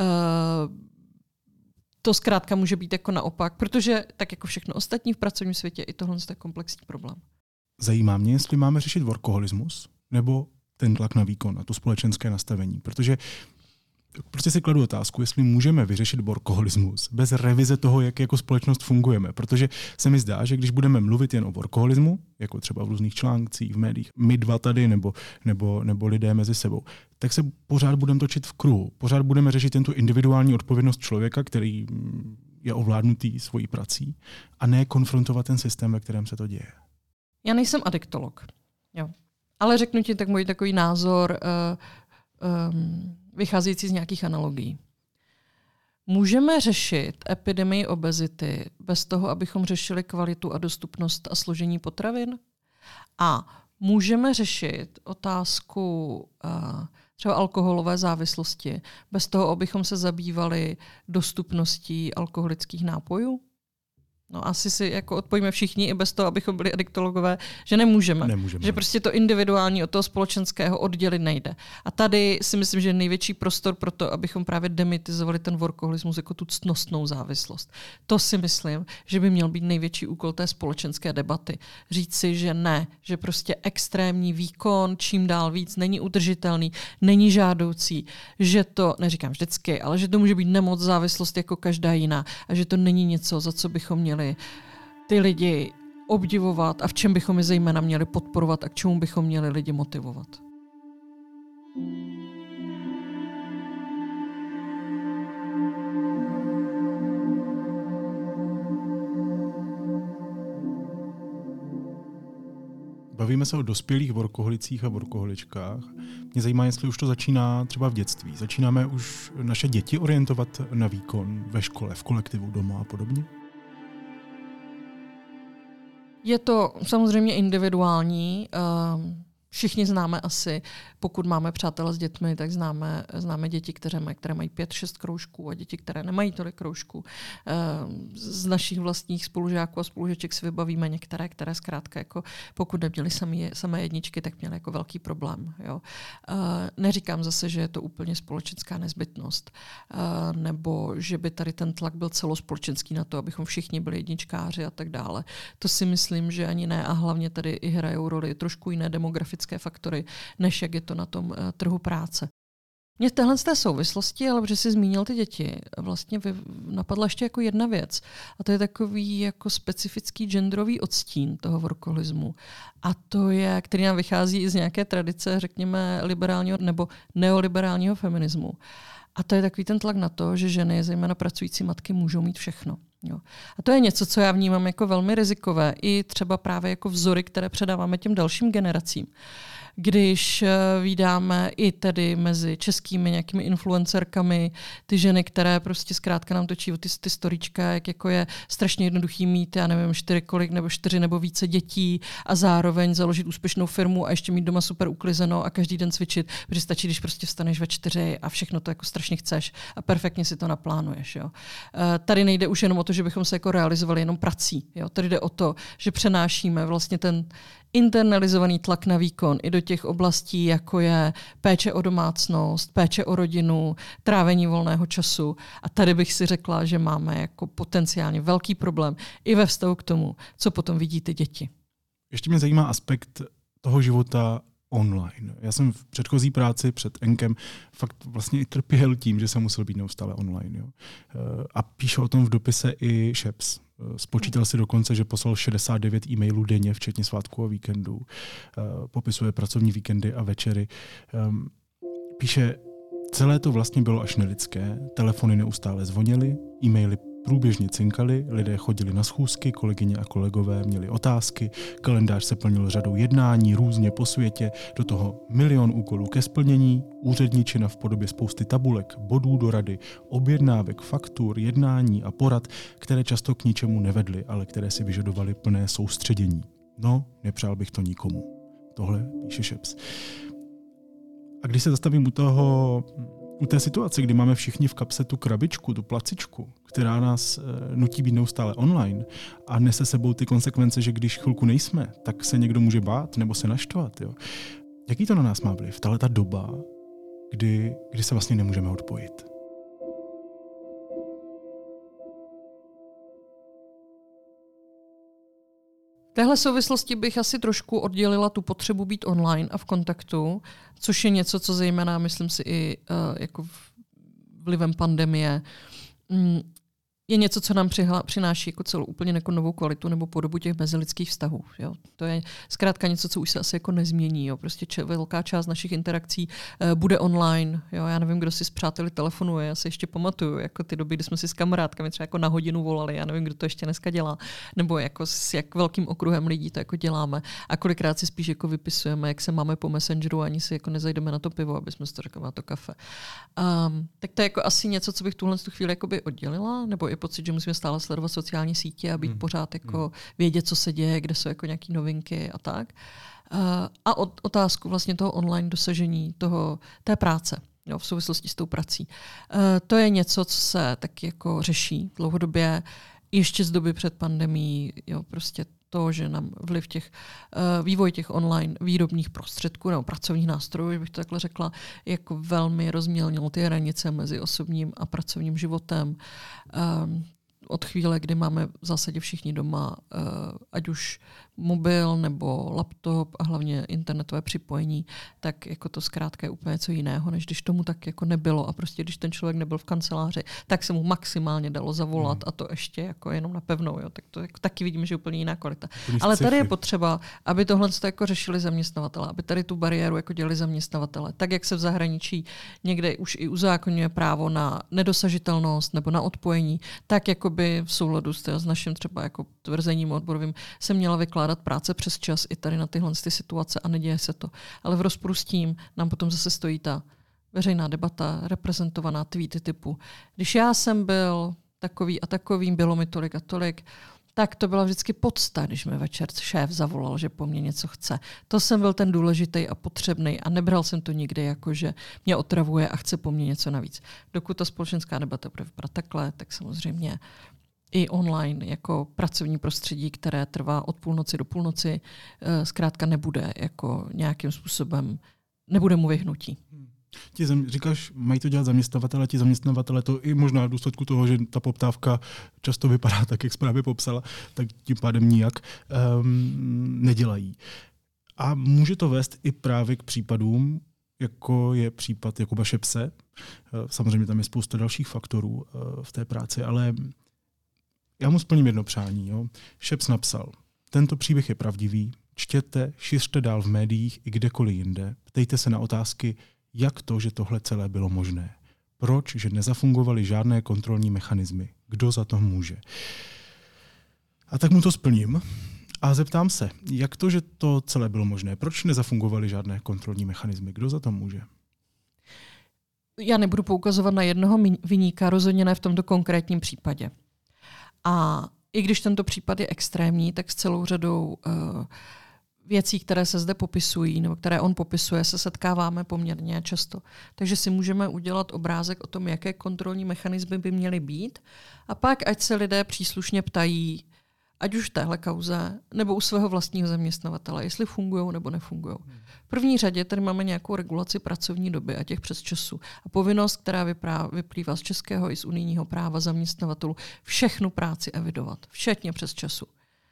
to zkrátka může být jako naopak, protože tak jako všechno ostatní v pracovním světě, i tohle je komplexní problém. Zajímá mě, jestli máme řešit workoholismus nebo ten tlak na výkon a to společenské nastavení. Protože prostě si kladu otázku, jestli můžeme vyřešit workoholismus bez revize toho, jak jako společnost fungujeme. Protože se mi zdá, že když budeme mluvit jen o workoholismu, jako třeba v různých článcích, v médiích, my dva tady nebo lidé mezi sebou, tak se pořád budeme točit v kruhu. Pořád budeme řešit jen tu individuální odpovědnost člověka, který je ovládnutý svojí prací, a ne konfrontovat ten systém, ve kterém se to děje. Já nejsem adiktolog. Jo. Ale řeknu ti tak můj takový názor vycházející z nějakých analogií. Můžeme řešit epidemii obezity bez toho, abychom řešili kvalitu a dostupnost a složení potravin? A můžeme řešit otázku třeba alkoholové závislosti bez toho, abychom se zabývali dostupností alkoholických nápojů? No asi si jako odpovíme všichni i bez toho, abychom byli adiktologové, že nemůžeme. Že prostě to individuální od toho společenského oddělit nejde. A tady si myslím, že je největší prostor pro to, abychom právě demitizovali ten workoholismus jako tu ctnostnou závislost. To si myslím, že by měl být největší úkol té společenské debaty. Říct si, že ne, že prostě extrémní výkon čím dál víc není udržitelný, není žádoucí, že to, neříkám vždycky, ale že to může být nemoc, závislost jako každá jiná a že to není něco, za co bychom měli ty lidi obdivovat a v čem bychom je zejména měli podporovat a k čemu bychom měli lidi motivovat. Bavíme se o dospělých workoholicích a workoholičkách. Mě zajímá, jestli už to začíná třeba v dětství. Začínáme už naše děti orientovat na výkon ve škole, v kolektivu, doma a podobně? Je to samozřejmě individuální. Všichni známe asi, pokud máme přátele s dětmi, tak známe děti, které mají 5-6 kroužků a děti, které nemají tolik kroužků. Z našich vlastních spolužáků a spolužeček si vybavíme některé, které zkrátka, jako pokud neměly samé jedničky, tak měly jako velký problém. Jo. Neříkám zase, že je to úplně společenská nezbytnost, nebo že by tady ten tlak byl celospolečenský na to, abychom všichni byli jedničkáři a tak dále. To si myslím, že ani ne, a hlavně tady i hrajou roli trošku jiné demografické faktory, než jak je to na tom trhu práce. Mě v téhle souvislosti, ale protože jsi zmínil ty děti, vlastně napadla ještě jako jedna věc. A to je takový jako specifický genderový odstín toho workoholismu. A to je, který nám vychází i z nějaké tradice, řekněme, liberálního nebo neoliberálního feminismu. A to je takový ten tlak na to, že ženy, zejména pracující matky, můžou mít všechno. Jo. A to je něco, co já vnímám jako velmi rizikové, i třeba právě jako vzory, které předáváme těm dalším generacím, když vídáme i tedy mezi českými nějakými influencerkami ty ženy, které prostě zkrátka nám točí ty storíčka, jak jako je strašně jednoduchý mít, já nevím, 4 nebo více dětí a zároveň založit úspěšnou firmu a ještě mít doma super uklizeno a každý den cvičit, protože stačí, když prostě vstaneš ve 4 a všechno to jako strašně chceš a perfektně si to naplánuješ. Jo. Tady nejde už jenom o to, že bychom se jako realizovali jenom prací. Jo. Tady jde o to, že přenášíme vlastně ten internalizovaný tlak na výkon i do těch oblastí, jako je péče o domácnost, péče o rodinu, trávení volného času. A tady bych si řekla, že máme jako potenciálně velký problém i ve vztahu k tomu, co potom vidí ty děti. Ještě mě zajímá aspekt toho života online. Já jsem v předchozí práci před Enkem fakt vlastně i trpěl tím, že jsem musel být neustále online. Jo. A píše o tom v dopise i Šeps. Spočítal si dokonce, že poslal 69 e-mailů denně, včetně svátku a víkendů. Popisuje pracovní víkendy a večery. Píše, celé to vlastně bylo až nelidské. Telefony neustále zvonily, e-maily průběžně cinkaly, lidé chodili na schůzky, kolegyně a kolegové měli otázky, kalendář se plnil řadou jednání různě po světě, do toho milion úkolů ke splnění, úředničina v podobě spousty tabulek, bodů do rady, objednávek, faktur, jednání a porad, které často k ničemu nevedly, ale které si vyžadovaly plné soustředění. No, nepřál bych to nikomu. Tohle píše Šeps. A když se zastavím u té situace, kdy máme všichni v kapse tu krabičku, tu placičku, která nás nutí být neustále online a nese sebou ty konsekvence, že když chvilku nejsme, tak se někdo může bát nebo se naštvat. Jo. Jaký to na nás má vliv? Tahle ta doba, kdy se vlastně nemůžeme odpojit. V téhle souvislosti bych asi trošku oddělila tu potřebu být online a v kontaktu, což je něco, co zejména, myslím si, i jako vlivem pandemie je něco, co nám přináší jako celou úplně jako novou kvalitu nebo podobu těch mezilidských vztahů. Jo. To je zkrátka něco, co už se asi jako nezmění. Jo. Prostě velká část našich interakcí bude online. Jo. Já nevím, kdo si s přáteli telefonuje, já se ještě pamatuju, jako ty doby, kdy jsme si s kamarádkami třeba jako na hodinu volali, já nevím, kdo to ještě dneska dělá, nebo jako s jak velkým okruhem lidí to jako děláme. A kolikrát si spíš jako vypisujeme, jak se máme po Messengeru, ani si jako nezajdeme na to pivo, aby jsme si to řekli na to kafe. Tak to je jako asi něco, co bych tuhle chvíli oddělila, nebo i pocit, že musíme stále sledovat sociální sítě a být pořád jako vědět, co se děje, kde jsou jako nějaké novinky a tak. A otázku vlastně toho online dosažení té práce, jo, v souvislosti s tou prací. To je něco, co se taky jako řeší dlouhodobě, ještě z doby před pandemií, jo, prostě to, že nám vliv vývoj těch online výrobních prostředků nebo pracovních nástrojů, bych to takhle řekla, jako velmi rozmělnil ty hranice mezi osobním a pracovním životem. Od chvíle, kdy máme v zásadě všichni doma, ať už mobil nebo laptop a hlavně internetové připojení, tak jako to zkrátka je úplně něco jiného, než když tomu tak jako nebylo. A prostě když ten člověk nebyl v kanceláři, tak se mu maximálně dalo zavolat a to ještě jako jenom na pevnou. Jo. Tak to jako taky vidíme, že je úplně jiná kvalita. Ale tady je potřeba, aby tohle jako řešili zaměstnavatele, aby tady tu bariéru jako dělali zaměstnavatele. Tak, jak se v zahraničí někde už i uzákonňuje právo na nedosažitelnost nebo na odpojení, tak jakoby v souladu s naším třeba jako tvrzením odborovým se měla vykládat práce přes čas i tady na tyhle situace a neděje se to. Ale v rozporu s tím nám potom zase stojí ta veřejná debata, reprezentovaná tweety typu když já jsem byl takový a takovým, bylo mi tolik a tolik, tak to byla vždycky podsta, když mi večer šéf zavolal, že po mně něco chce. To jsem byl ten důležitý a potřebný a nebral jsem to nikdy jako, že mě otravuje a chce po mně něco navíc. Dokud ta společenská debata bude vypadat takhle, tak samozřejmě i online jako pracovní prostředí, které trvá od půlnoci do půlnoci, zkrátka nebude jako nějakým způsobem, nebude mu vyhnutí. Říkáš, mají to dělat zaměstnavatele, ti zaměstnavatele to i možná v důsledku toho, že ta poptávka často vypadá tak, jak zprávě popsala, tak tím pádem nijak nedělají. A může to vést i právě k případům, jako je případ Jakuba Šepse. Samozřejmě tam je spousta dalších faktorů v té práci, ale já mu splním jedno přání. Jo. Šeps napsal, tento příběh je pravdivý, čtěte, šiřte dál v médiích i kdekoliv jinde, ptejte se na otázky, jak to, že tohle celé bylo možné. Proč, že nezafungovaly žádné kontrolní mechanismy? Kdo za to může? A tak mu to splním. A zeptám se, jak to, že to celé bylo možné? Proč nezafungovaly žádné kontrolní mechanismy? Kdo za to může? Já nebudu poukazovat na jednoho viníka, rozhodně ne v tomto konkrétním případě. A i když tento případ je extrémní, tak s celou řadou věcí, které se zde popisují, nebo které on popisuje, se setkáváme poměrně často. Takže si můžeme udělat obrázek o tom, jaké kontrolní mechanismy by měly být. A pak, ať se lidé příslušně ptají, ať už v téhle kauze, nebo u svého vlastního zaměstnavatele, jestli fungují nebo nefungují. V první řadě tady máme nějakou regulaci pracovní doby a těch přesčasů. A povinnost, která vyplývá z českého i z unijního práva zaměstnavatelů, všechnu práci evidovat, včetně přesčasů.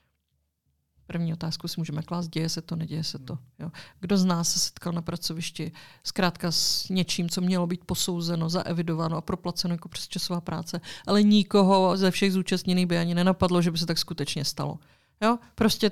První otázku si můžeme klást, děje se to, neděje se to. Jo. Kdo z nás se setkal na pracovišti zkrátka s něčím, co mělo být posouzeno, zaevidováno a proplaceno jako přesčasová práce, ale nikoho ze všech zúčastněných by ani nenapadlo, že by se tak skutečně stalo. Jo. Prostě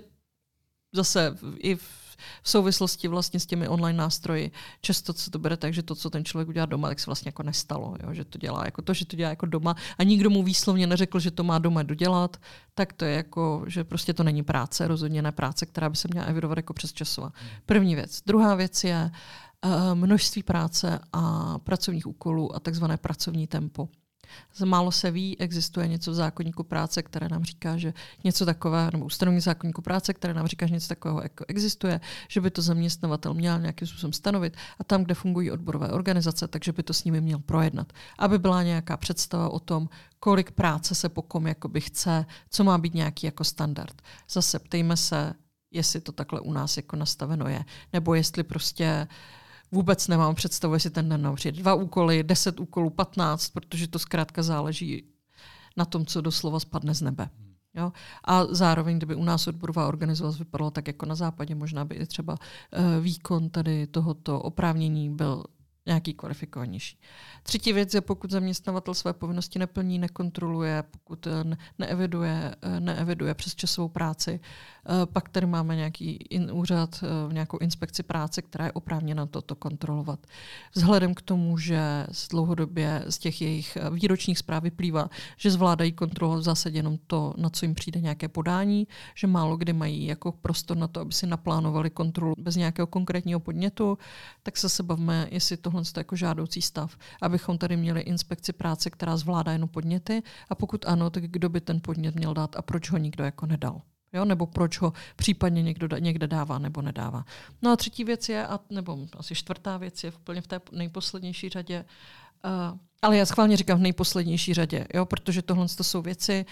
zase i v souvislosti vlastně s těmi online nástroji často se to bere tak, že to, co ten člověk udělá doma, tak se vlastně jako nestalo. Jo? Že to dělá jako to, že to dělá jako doma a nikdo mu výslovně neřekl, že to má doma dodělat, tak to je jako, že prostě to není práce, rozhodně ne práce, která by se měla evidovat jako přesčasová. První věc. Druhá věc je množství práce a pracovních úkolů a takzvané pracovní tempo. Málo se ví, existuje něco v zákoníku práce, které nám říká, že něco takového, nebo ustanovení zákoníku práce, které nám říká, že něco takového jako existuje, že by to zaměstnavatel měl nějakým způsobem stanovit a tam, kde fungují odborové organizace, takže by to s nimi měl projednat. Aby byla nějaká představa o tom, kolik práce se po kom jakoby chce, co má být nějaký jako standard. Zase ptejme se, jestli to takhle u nás jako nastaveno je, nebo jestli prostě vůbec nemám představu, jestli ten den nám přijde 2 úkoly, 10 úkolů, 15, protože to zkrátka záleží na tom, co doslova spadne z nebe. Jo? A zároveň, kdyby u nás odborová organizace vypadala tak jako na západě, možná by i třeba výkon tady tohoto oprávnění byl nějaký kvalifikovanější. Třetí věc je, pokud zaměstnavatel své povinnosti neplní, nekontroluje, pokud neeviduje přesčasovou práci, pak tady máme nějaký úřad, nějakou inspekci práce, která je oprávněna toto kontrolovat. Vzhledem k tomu, že dlouhodobě z těch jejich výročních zpráv vyplývá, že zvládají kontrolovat v zásadě jenom to, na co jim přijde nějaké podání, že málo kdy mají jako prostor na to, aby si naplánovali kontrolu bez nějakého konkrétního podnětu, tak se bavíme, jestli tohle je jako žádoucí stav, abychom tady měli inspekci práce, která zvládá jenom podněty a pokud ano, tak kdo by ten podnět měl dát a proč ho nikdo jako nedal. Jo? Nebo proč ho případně někde dává nebo nedává. No a třetí věc je, nebo asi čtvrtá věc je úplně v té nejposlednější řadě, ale já schválně říkám v nejposlednější řadě, jo? Protože tohle jsou věci,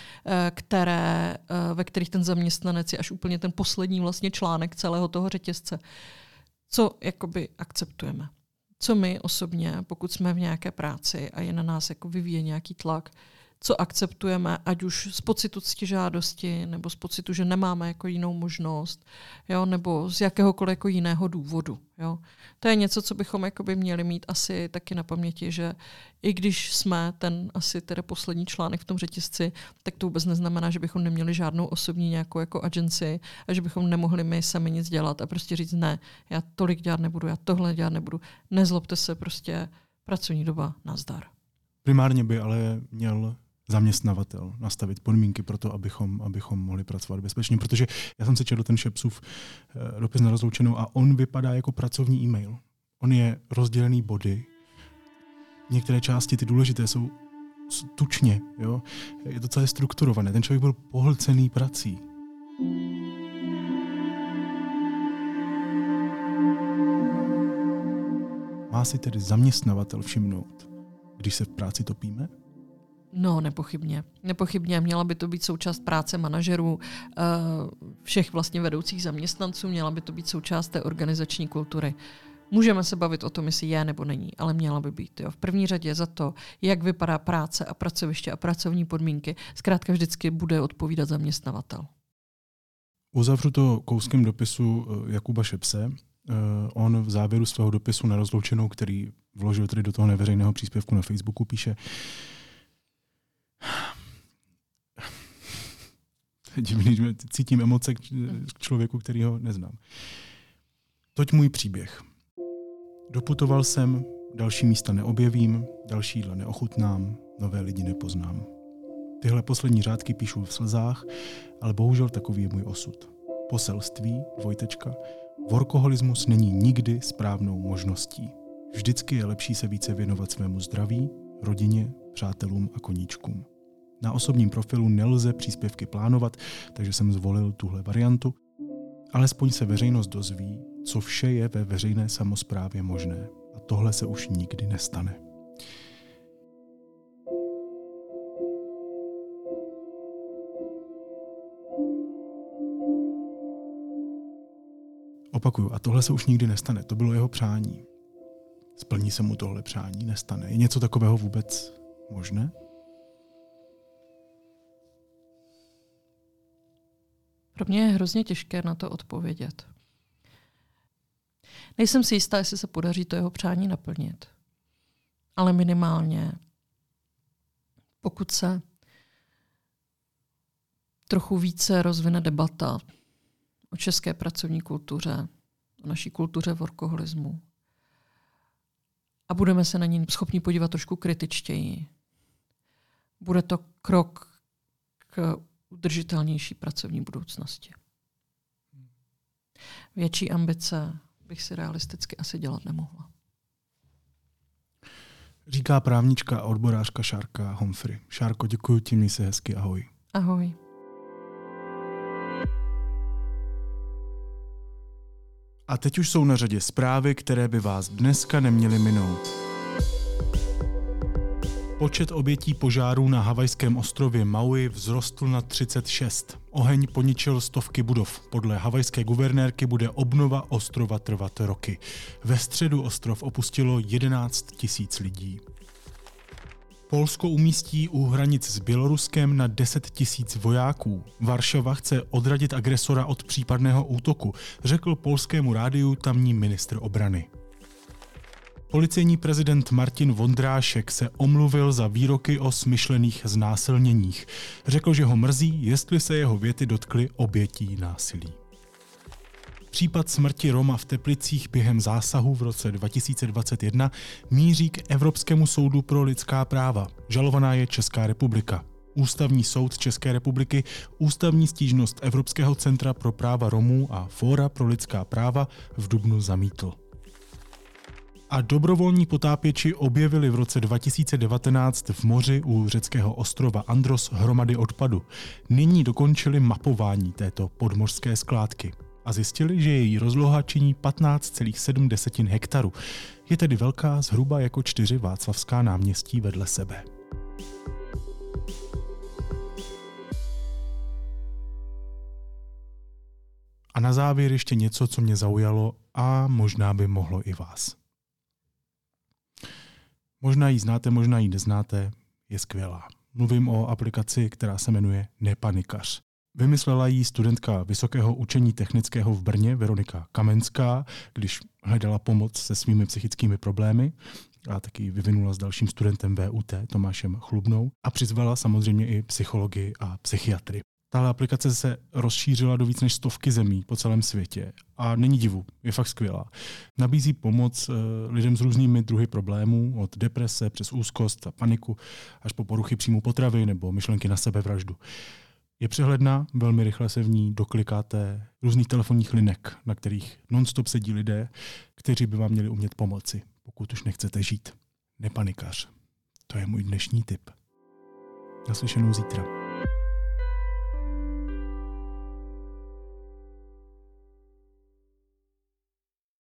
ve kterých ten zaměstnanec je až úplně ten poslední vlastně článek celého toho řetězce. Co jakoby akceptujeme? Co my osobně, pokud jsme v nějaké práci a je na nás jako vyvíje nějaký tlak, co akceptujeme, ať už z pocitu ctižádosti, nebo z pocitu, že nemáme jako jinou možnost, jo, nebo z jakéhokoliv jako jiného důvodu. Jo. To je něco, co bychom jakoby měli mít asi taky na paměti, že i když jsme ten asi tedy poslední článek v tom řetězci, tak to vůbec neznamená, že bychom neměli žádnou osobní nějakou jako agency a že bychom nemohli my sami nic dělat a prostě říct ne, já tolik dělat nebudu, já tohle dělat nebudu. Nezlobte se, prostě pracovní doba, nazdar. Primárně by ale měl zaměstnavatel nastavit podmínky pro to, abychom mohli pracovat bezpečně. Protože já jsem se četl ten Šepsův dopis na rozloučenou a on vypadá jako pracovní e-mail. On je rozdělený body. Některé části, ty důležité, jsou tučně. Jo? Je to celé strukturované. Ten člověk byl pohlcený prací. Má si tedy zaměstnavatel všimnout, když se v práci topíme? No, nepochybně. Nepochybně měla by to být součást práce manažerů, všech vlastně vedoucích zaměstnanců, měla by to být součást té organizační kultury. Můžeme se bavit o tom, jestli je nebo není, ale měla by být. Jo. V první řadě za to, jak vypadá práce a pracoviště a pracovní podmínky, zkrátka vždycky bude odpovídat zaměstnavatel. Uzavřu to kouskem dopisu Jakuba Šepse. On v závěru svého dopisu na rozloučenou, který vložil tedy do toho neveřejného příspěvku na Facebooku, píše: divný, že cítím emoce k člověku, který ho neznám. Toť můj příběh. Doputoval jsem, další místa neobjevím, další jídla neochutnám, nové lidi nepoznám. Tyhle poslední řádky píšu v slzách, ale bohužel takový je můj osud. Poselství, workoholismus není nikdy správnou možností. Vždycky je lepší se více věnovat svému zdraví, rodině, přátelům a koníčkům. Na osobním profilu nelze příspěvky plánovat, takže jsem zvolil tuhle variantu. Alespoň se veřejnost dozví, co vše je ve veřejné samosprávě možné. A tohle se už nikdy nestane. Opakuju, a tohle se už nikdy nestane. To bylo jeho přání. Splní se mu tohle přání? Nestane. Je něco takového vůbec možné? Pro mě je hrozně těžké na to odpovědět. Nejsem si jistá, jestli se podaří to jeho přání naplnit. Ale minimálně, pokud se trochu více rozvine debata o české pracovní kultuře, o naší kultuře workoholismu a budeme se na ní schopni podívat trošku kritičtěji, bude to krok k udržitelnější pracovní budoucnosti. Větší ambice bych si realisticky asi dělat nemohla. Říká právnička a odborářka Šárka Humphrey. Šárko, děkuji ti, měj se hezky, ahoj. Ahoj. A teď už jsou na řadě zprávy, které by vás dneska neměly minout. Počet obětí požárů na havajském ostrově Maui vzrostl na 36. Oheň poničil stovky budov. Podle havajské guvernérky bude obnova ostrova trvat roky. Ve středu ostrov opustilo 11 000 lidí. Polsko umístí u hranic s Běloruskem na 10 000 vojáků. Varšava chce odradit agresora od případného útoku, řekl polskému rádiu tamní ministr obrany. Policejní prezident Martin Vondrášek se omluvil za výroky o smyšlených znásilněních. Řekl, že ho mrzí, jestli se jeho věty dotkly obětí násilí. Případ smrti Roma v Teplicích během zásahu v roce 2021 míří k Evropskému soudu pro lidská práva. Žalovaná je Česká republika. Ústavní soud České republiky ústavní stížnost Evropského centra pro práva Romů a Fóra pro lidská práva v dubnu zamítl. A dobrovolní potápěči objevili v roce 2019 v moři u řeckého ostrova Andros hromady odpadu. Nyní dokončili mapování této podmořské skládky a zjistili, že její rozloha činí 15,7 hektaru. Je tedy velká zhruba jako 4 Václavská náměstí vedle sebe. A na závěr ještě něco, co mě zaujalo a možná by mohlo i vás. Možná ji znáte, možná ji neznáte, je skvělá. Mluvím o aplikaci, která se jmenuje Nepanikař. Vymyslela ji studentka Vysokého učení technického v Brně Veronika Kamenská, když hledala pomoc se svými psychickými problémy a taky vyvinula s dalším studentem VUT Tomášem Chlubnou a přizvala samozřejmě i psychologii a psychiatry. Tahle aplikace se rozšířila do víc než 100 zemí po celém světě a není divu, je fakt skvělá. Nabízí pomoc lidem s různými druhy problémů, od deprese přes úzkost a paniku až po poruchy příjmu potravy nebo myšlenky na sebevraždu. Je přehledná, velmi rychle se v ní doklikáte různých telefonních linek, na kterých non-stop sedí lidé, kteří by vám měli umět pomoci, pokud už nechcete žít. Nepanikař. To je můj dnešní tip. Naslyšenou zítra.